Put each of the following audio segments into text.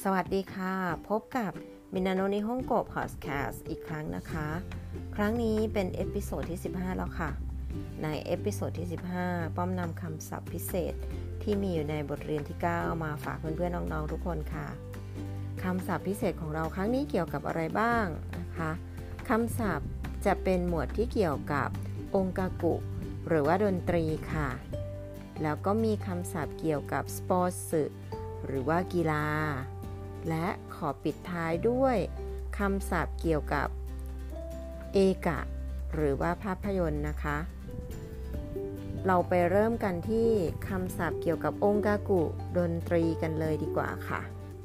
สวัสดีค่ะพบกับมินาโนะนิฮงโกะพอดแคสต์อีกครั้งนะคะครั้งนี้เป็นเอพิโซดที่15แล้วค่ะในเอพิโซดที่15ป้อมนำคำศัพท์พิเศษที่มีอยู่ในบทเรียนที่9มาฝากเพื่อนๆน้องๆทุกคนค่ะคำศัพท์พิเศษของเราครั้งนี้เกี่ยวกับอะไรบ้างนะคะคำศัพท์จะเป็นหมวดที่เกี่ยวกับองกากุหรือว่าดนตรีค่ะแล้วก็มีคำศัพท์เกี่ยวกับสปอร์ตส์หรือว่ากีฬาและขอปิดท้ายด้วยคำศัพท์เกี่ยวกับเอกะหรือว่าภาพยนตร์นะคะเราไปเริ่มกันที่คำศัพท์เกี่ยวกับองกากุดนตรีกันเลยดีกว่าค่ะ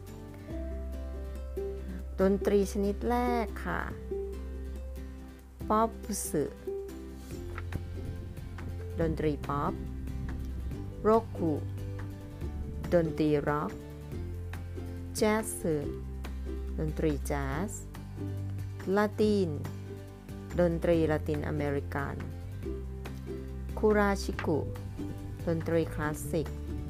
ดนตรีชนิดแรกค่ะป๊อปสึดนตรีป๊อปโรคุดนตรีร็อกแจ๊สดนตรีแจ๊สลาตินดนตรีละตินอเมริกันคุราชิกุดนตรีคลาสสิก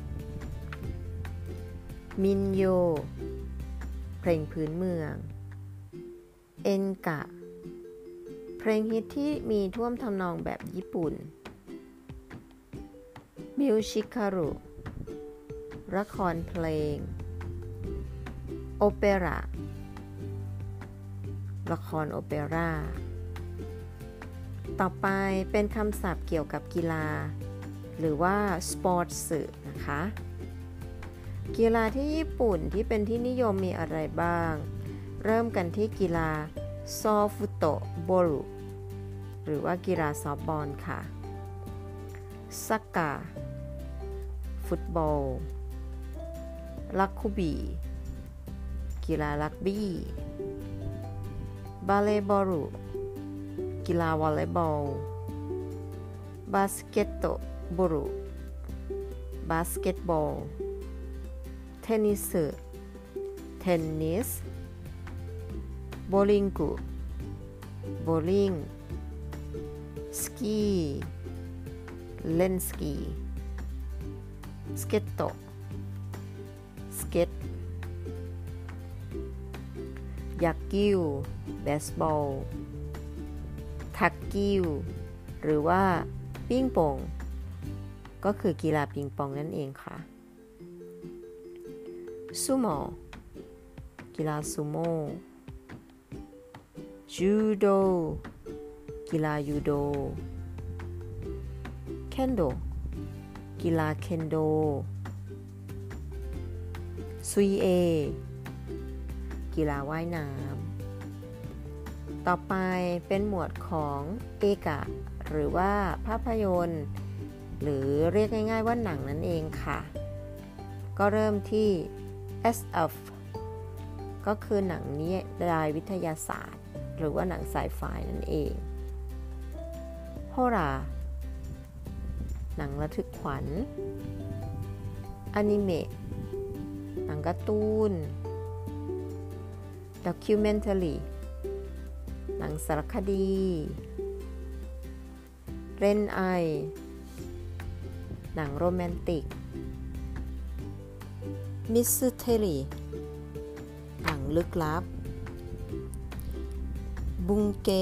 มินโยเพลงพื้นเมืองเอ็นกะเพลงฮิตที่มีท่วมทำนองแบบญี่ปุ่นมิวชิคารุละครเพลงโอเปร่าละครโอเปร่าต่อไปเป็นคำศัพท์เกี่ยวกับกีฬาหรือว่าสปอร์ตส์นะคะกีฬาที่ญี่ปุ่นที่เป็นที่นิยมมีอะไรบ้างเริ่มกันที่กีฬาซอฟุโตะโบรุหรือว่ากีฬาซอฟต์บอลค่ะซักกะฟุตบอลรักคูบีกีฬารักบี้บาเลย์บอลกีฬาวอลเลย์บอลบาสเกตบอลบาสเกตบอลเทนนิสโบลิ่งโบลิ่งสกีเล่นสกีสเก็ตสเก็ตยักกิ้วเบสบอลทักกิ้วหรือว่าปิ้งปองก็คือกีฬาปิงปองนั่นเองค่ะซูโม่กีฬาซูโม่จูโดกีฬายูโดเคนโดกีฬาเคนโดซุยเอกีฬาว่ายน้ำต่อไปเป็นหมวดของเอกะหรือว่าภาพยนตร์หรือเรียกง่ายๆว่าหนังนั่นเองค่ะก็เริ่มที่ SF ก็คือหนังนิยายวิทยาศาสตร์หรือว่าหนังไซไฟนั่นเองโฮราหนังระทึกขวัญอนิเมะหนังการ์ตูนdocumentary หนังสารคดีเรนไอหนังโรแมนติกมิสเทอรี่หนังลึกลับบุงเก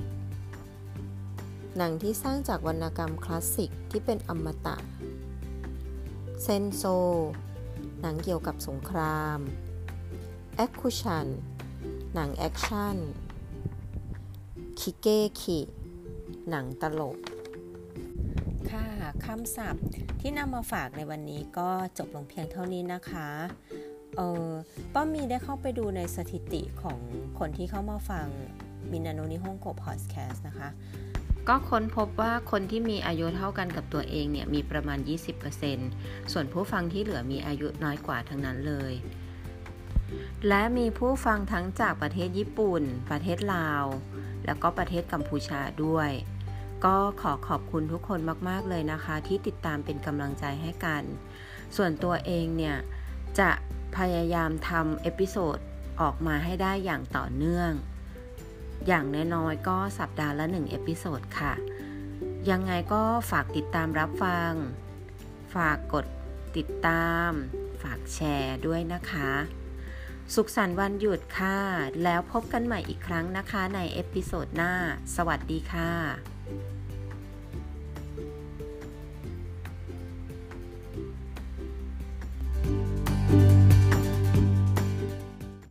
หนังที่สร้างจากวรรณกรรมคลาสสิกที่เป็นอมตะเซนโซหนังเกี่ยวกับสงครามแอคคูชันหนังแอคชั่นคิเกคิหนังตลกค่ะคำศัพท์ที่นำมาฝากในวันนี้ก็จบลงเพียงเท่านี้นะคะป้ามีได้เข้าไปดูในสถิติของคนที่เข้ามาฟังมินาโนะนิฮงโกะพอดแคสต์นะคะก็ค้นพบว่าคนที่มีอายุเท่ากันกับตัวเองเนี่ยมีประมาณ 20% ส่วนผู้ฟังที่เหลือมีอายุน้อยกว่าทั้งนั้นเลยและมีผู้ฟังทั้งจากประเทศญี่ปุ่นประเทศลาวแล้วก็ประเทศกัมพูชาด้วยก็ขอขอบคุณทุกคนมากๆเลยนะคะที่ติดตามเป็นกำลังใจให้กันส่วนตัวเองเนี่ยจะพยายามทำเอพิโซดออกมาให้ได้อย่างต่อเนื่องอย่างน้อยๆก็สัปดาห์ละ1เอพิโซดค่ะยังไงก็ฝากติดตามรับฟังฝากกดติดตามฝากแชร์ด้วยนะคะสุขสันต์วันหยุดค่ะ แล้วพบกันใหม่อีกครั้งนะคะในเอพิโซดหน้า สวัสดีค่ะ